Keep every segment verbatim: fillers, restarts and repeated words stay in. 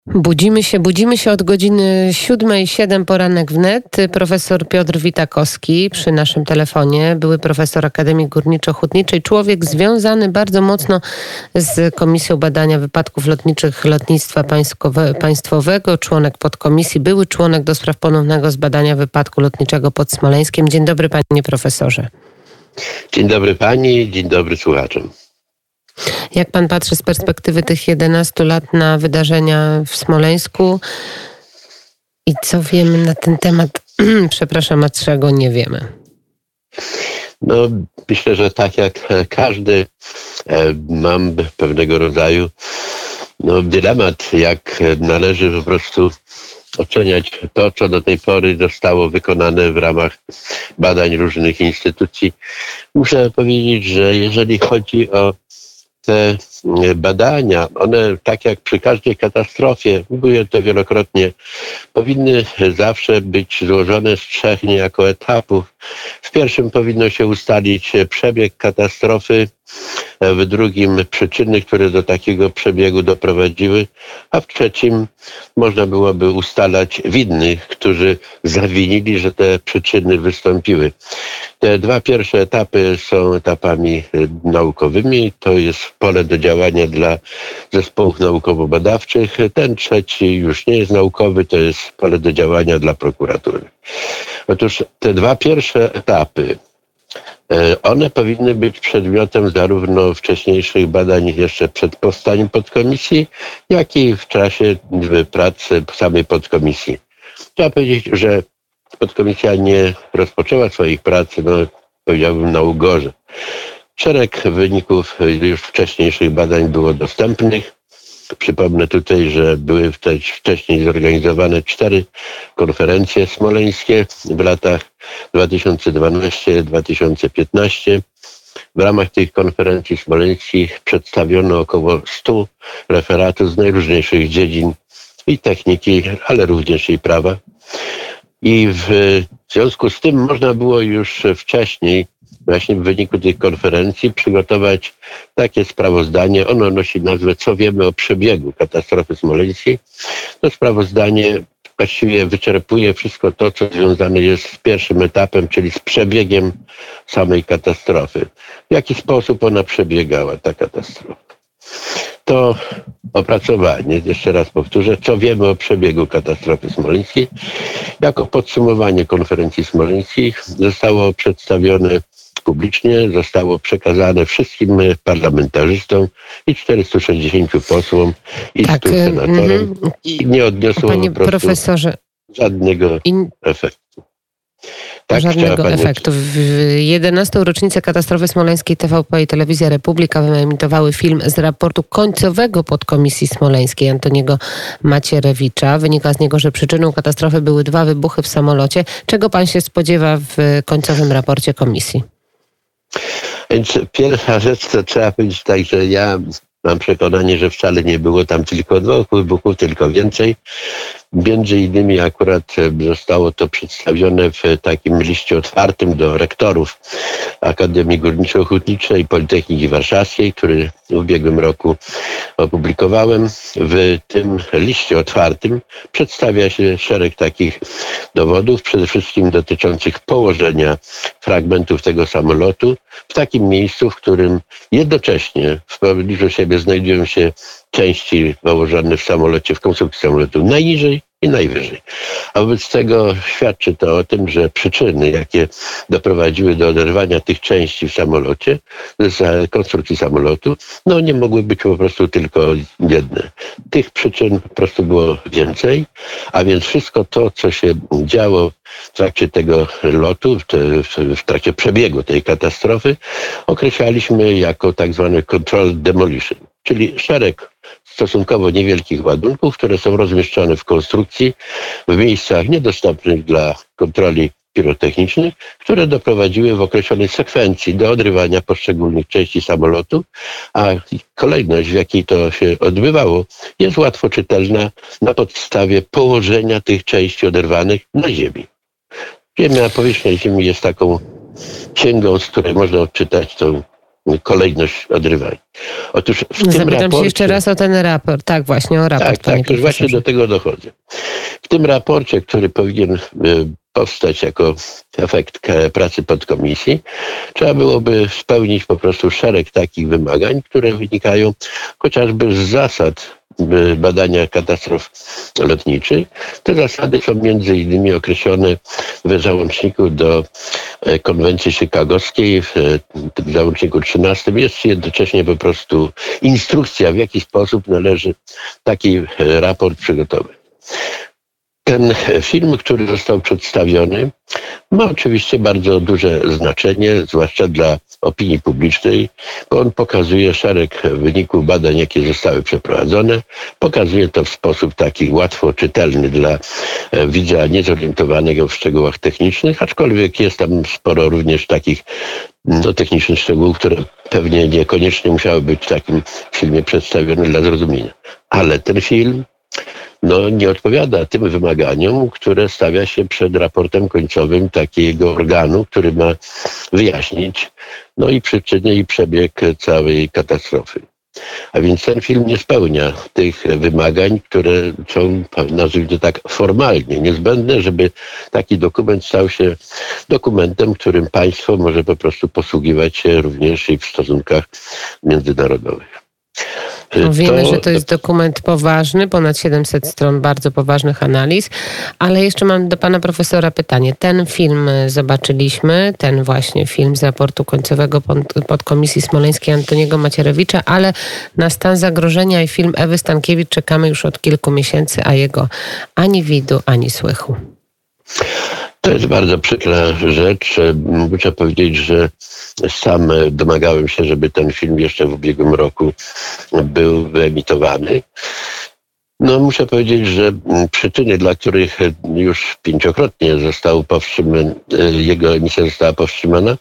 Budzimy się, budzimy się od godziny siódmej, siedem poranek wnet. Profesor Piotr Witakowski przy naszym telefonie, były profesor Akademii Górniczo-Hutniczej, człowiek związany bardzo mocno z Komisją Badania Wypadków Lotniczych Lotnictwa Państwowego, członek podkomisji, były członek do spraw ponownego zbadania wypadku lotniczego pod Smoleńskiem. Dzień dobry, panie profesorze. Dzień dobry pani, dzień dobry słuchaczom. Jak pan patrzy z perspektywy tych jedenastu lat na wydarzenia w Smoleńsku i co wiemy na ten temat, przepraszam, a czego nie wiemy? No, myślę, że tak jak każdy, mam pewnego rodzaju no, dylemat, jak należy po prostu oceniać to, co do tej pory zostało wykonane w ramach badań różnych instytucji. Muszę powiedzieć, że jeżeli chodzi o te badania, one tak jak przy każdej katastrofie, mówię to wielokrotnie, powinny zawsze być złożone z trzech niejako etapów. W pierwszym powinno się ustalić przebieg katastrofy, w drugim przyczyny, które do takiego przebiegu doprowadziły, a w trzecim można byłoby ustalać winnych, którzy zawinili, że te przyczyny wystąpiły. Te dwa pierwsze etapy są etapami naukowymi, to jest pole do działania dla zespołów naukowo-badawczych. Ten trzeci już nie jest naukowy, to jest pole do działania dla prokuratury. Otóż te dwa pierwsze etapy, one powinny być przedmiotem zarówno wcześniejszych badań jeszcze przed powstaniem podkomisji, jak i w czasie pracy samej podkomisji. Trzeba powiedzieć, że podkomisja nie rozpoczęła swoich prac, no powiedziałbym, na ugorze. Szereg wyników już wcześniejszych badań było dostępnych. Przypomnę tutaj, że były wcześniej zorganizowane cztery konferencje smoleńskie w latach dwa tysiące dwunastym do dwa tysiące piętnastego. W ramach tych konferencji smoleńskich przedstawiono około stu referatów z najróżniejszych dziedzin i techniki, ale również i prawa. I w związku z tym można było już wcześniej, właśnie w wyniku tych konferencji, przygotować takie sprawozdanie. Ono nosi nazwę "Co wiemy o przebiegu katastrofy smoleńskiej". To sprawozdanie właściwie wyczerpuje wszystko to, co związane jest z pierwszym etapem, czyli z przebiegiem samej katastrofy. W jaki sposób ona przebiegała, ta katastrofa. To opracowanie, jeszcze raz powtórzę, co wiemy o przebiegu katastrofy smoleńskiej, jako podsumowanie konferencji smoleńskiej zostało przedstawione publicznie, zostało przekazane wszystkim parlamentarzystom i czterystu sześćdziesięciu posłom i tak, stu senatorom mm, i nie odniosło panie po prostu profesorze, żadnego in... efektu. Tak, żadnego efektu. W jedenastą rocznicę katastrofy smoleńskiej T V P i Telewizja Republika wyemitowały film z raportu końcowego podkomisji smoleńskiej Antoniego Macierewicza. Wynika z niego, że przyczyną katastrofy były dwa wybuchy w samolocie. Czego pan się spodziewa w końcowym raporcie komisji? Więc pierwsza rzecz, to trzeba powiedzieć tak, że ja mam przekonanie, że wcale nie było tam tylko dwóch wybuchów, tylko więcej. Między innymi akurat zostało to przedstawione w takim liście otwartym do rektorów Akademii Górniczo-Hutniczej i Politechniki Warszawskiej, który w ubiegłym roku opublikowałem. W tym liście otwartym przedstawia się szereg takich dowodów, przede wszystkim dotyczących położenia fragmentów tego samolotu w takim miejscu, w którym jednocześnie w pobliżu siebie znajdują się części położone w samolocie, w konstrukcji samolotu najniżej i najwyżej. A wobec tego świadczy to o tym, że przyczyny, jakie doprowadziły do oderwania tych części w samolocie, z konstrukcji samolotu, no nie mogły być po prostu tylko jedne. Tych przyczyn po prostu było więcej, a więc wszystko to, co się działo w trakcie tego lotu, w trakcie przebiegu tej katastrofy, określaliśmy jako tak zwany controlled demolition, czyli szereg stosunkowo niewielkich ładunków, które są rozmieszczone w konstrukcji w miejscach niedostępnych dla kontroli pirotechnicznych, które doprowadziły w określonej sekwencji do odrywania poszczególnych części samolotu, a kolejność, w jakiej to się odbywało, jest łatwo czytelna na podstawie położenia tych części oderwanych na ziemi. Ziemia, powierzchnia Ziemi jest taką księgą, z której można odczytać tą kolejność odrywania. Otóż w tym Zapytam raporcie... się jeszcze raz o ten raport. Tak, właśnie o raport. Tak, tak, już właśnie do tego dochodzę. W tym raporcie, który powinien powstać jako efekt pracy podkomisji, trzeba byłoby spełnić po prostu szereg takich wymagań, które wynikają chociażby z zasad badania katastrof lotniczych. Te zasady są między innymi określone w załączniku do konwencji chicagowskiej, w tym załączniku trzynastym. Jest jednocześnie po prostu instrukcja, w jaki sposób należy taki raport przygotować. Ten film, który został przedstawiony, ma oczywiście bardzo duże znaczenie, zwłaszcza dla opinii publicznej, bo on pokazuje szereg wyników badań, jakie zostały przeprowadzone. Pokazuje to w sposób taki łatwo czytelny dla widza niezorientowanego w szczegółach technicznych, aczkolwiek jest tam sporo również takich no, technicznych szczegółów, które pewnie niekoniecznie musiały być w takim filmie przedstawione dla zrozumienia. Ale ten film no, nie odpowiada tym wymaganiom, które stawia się przed raportem końcowym takiego organu, który ma wyjaśnić no i przyczynę i przebieg całej katastrofy. A więc ten film nie spełnia tych wymagań, które są, nazwijmy to tak, formalnie niezbędne, żeby taki dokument stał się dokumentem, którym państwo może po prostu posługiwać się również i w stosunkach międzynarodowych. No wiemy, to, że to jest dokument poważny, ponad siedemset stron bardzo poważnych analiz, ale jeszcze mam do pana profesora pytanie. Ten film zobaczyliśmy, ten właśnie film z raportu końcowego podkomisji smoleńskiej Antoniego Macierewicza, ale na stan zagrożenia i film Ewy Stankiewicz czekamy już od kilku miesięcy, a jego ani widu, ani słychu. To jest bardzo przykra rzecz. Muszę powiedzieć, że sam domagałem się, żeby ten film jeszcze w ubiegłym roku był wyemitowany. No muszę powiedzieć, że przyczyny, dla których już pięciokrotnie został powstrzymany, jego emisja została powstrzymana,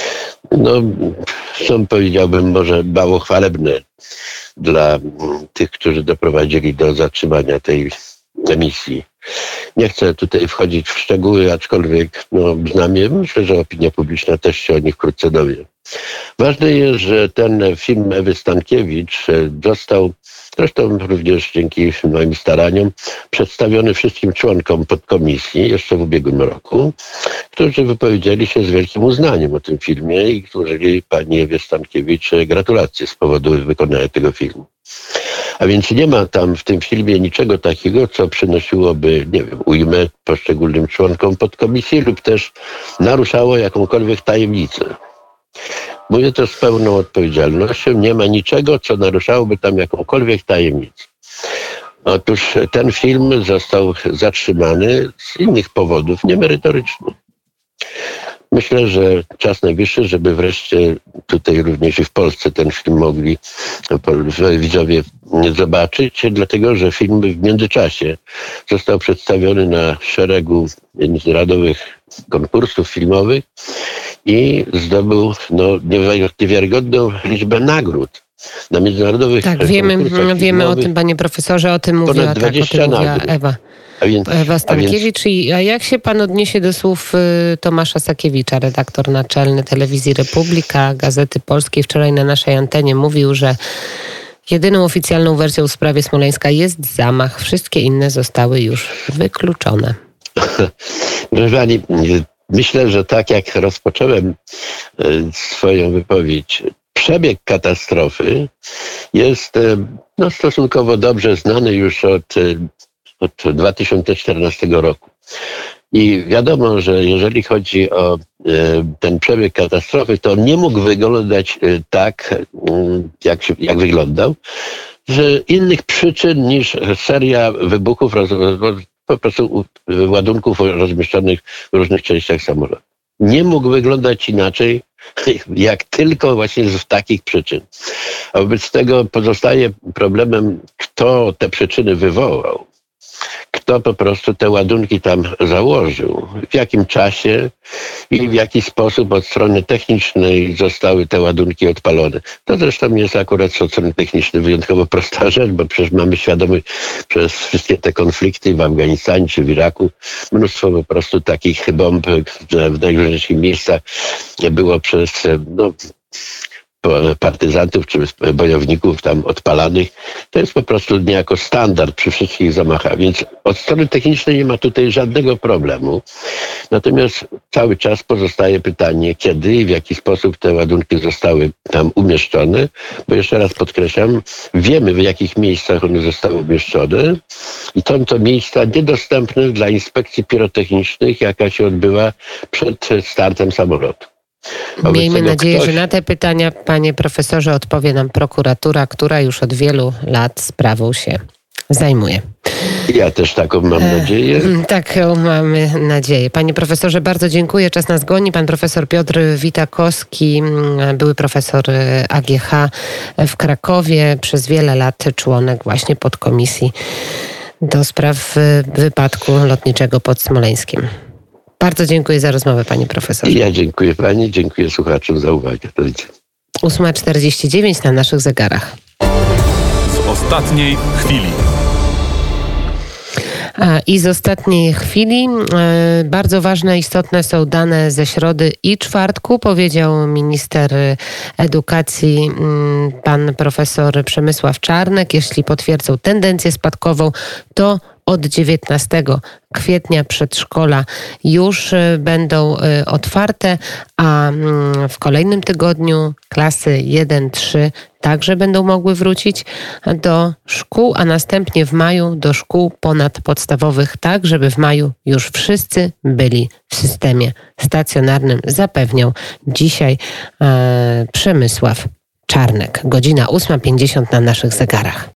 no są, powiedziałbym, może mało chwalebne dla tych, którzy doprowadzili do zatrzymania tej emisji. Nie chcę tutaj wchodzić w szczegóły, aczkolwiek no, znam je. Myślę, że opinia publiczna też się o nich wkrótce dowie. Ważne jest, że ten film Ewy Stankiewicz został, zresztą również dzięki moim staraniom, przedstawiony wszystkim członkom podkomisji jeszcze w ubiegłym roku, którzy wypowiedzieli się z wielkim uznaniem o tym filmie i złożyli pani Ewie Stankiewicz gratulacje z powodu wykonania tego filmu. A więc nie ma tam w tym filmie niczego takiego, co przynosiłoby, nie wiem, ujmę poszczególnym członkom podkomisji lub też naruszało jakąkolwiek tajemnicę. Mówię to z pełną odpowiedzialnością. Nie ma niczego, co naruszałoby tam jakąkolwiek tajemnicę. Otóż ten film został zatrzymany z innych powodów, niemerytorycznych. Myślę, że czas najwyższy, żeby wreszcie tutaj również i w Polsce ten film mogli widzowie zobaczyć, dlatego że film w międzyczasie został przedstawiony na szeregu międzynarodowych konkursów filmowych i zdobył no, niewiarygodną liczbę nagród na międzynarodowych tak, wiemy, wiemy o tym, panie profesorze, o tym mówiła, tak, o tym mówiła Ewa. A więc, Ewa Stankiewicz. A, więc... I, a jak się pan odniesie do słów y, Tomasza Sakiewicza, redaktor naczelny Telewizji Republika, Gazety Polskiej, wczoraj na naszej antenie mówił, że jedyną oficjalną wersją w sprawie Smoleńska jest zamach. Wszystkie inne zostały już wykluczone. Proszę pani, myślę, że tak jak rozpocząłem swoją wypowiedź, przebieg katastrofy jest no, stosunkowo dobrze znany już od od dwa tysiące czternastego roku. I wiadomo, że jeżeli chodzi o e, ten przebieg katastrofy, to on nie mógł wyglądać e, tak, e, jak, się, jak wyglądał, że innych przyczyn niż seria wybuchów, roz, roz, po prostu ładunków rozmieszczonych w różnych częściach samolotu. Nie mógł wyglądać inaczej, jak tylko właśnie z takich przyczyn. A wobec tego pozostaje problemem, kto te przyczyny wywołał. Kto po prostu te ładunki tam założył, w jakim czasie i w jaki sposób od strony technicznej zostały te ładunki odpalone. To zresztą jest akurat od strony technicznej wyjątkowo prosta rzecz, bo przecież mamy świadomość przez wszystkie te konflikty w Afganistanie czy w Iraku, mnóstwo po prostu takich bomb w najróżniejszych miejscach było przez no, partyzantów czy bojowników tam odpalanych. To jest po prostu niejako standard przy wszystkich zamachach, więc od strony technicznej nie ma tutaj żadnego problemu. Natomiast cały czas pozostaje pytanie, kiedy i w jaki sposób te ładunki zostały tam umieszczone, bo jeszcze raz podkreślam, wiemy, w jakich miejscach one zostały umieszczone i są to miejsca niedostępne dla inspekcji pirotechnicznych, jaka się odbyła przed startem samolotu. Wobec Miejmy nadzieję, ktoś... że na te pytania, panie profesorze, odpowie nam prokuratura, która już od wielu lat sprawą się zajmuje. Ja też taką mam nadzieję. E, taką mamy nadzieję. Panie profesorze, bardzo dziękuję. Czas nas goni. Pan profesor Piotr Witakowski, były profesor A G H w Krakowie, przez wiele lat członek właśnie podkomisji do spraw wypadku lotniczego pod Smoleńskiem. Bardzo dziękuję za rozmowę, panie profesorze. Ja dziękuję pani, dziękuję słuchaczom za uwagę. Do widzenia. ósma czterdzieści dziewięć na naszych zegarach. Z ostatniej chwili. I z ostatniej chwili bardzo ważne, istotne są dane ze środy i czwartku, powiedział minister edukacji pan profesor Przemysław Czarnek. Jeśli potwierdzą tendencję spadkową, to od dziewiętnastego kwietnia przedszkola już będą otwarte, a w kolejnym tygodniu klasy jeden trzy także będą mogły wrócić do szkół, a następnie w maju do szkół ponadpodstawowych, tak żeby w maju już wszyscy byli w systemie stacjonarnym, zapewniał dzisiaj e, Przemysław Czarnek. Godzina ósma pięćdziesiąt na naszych zegarach.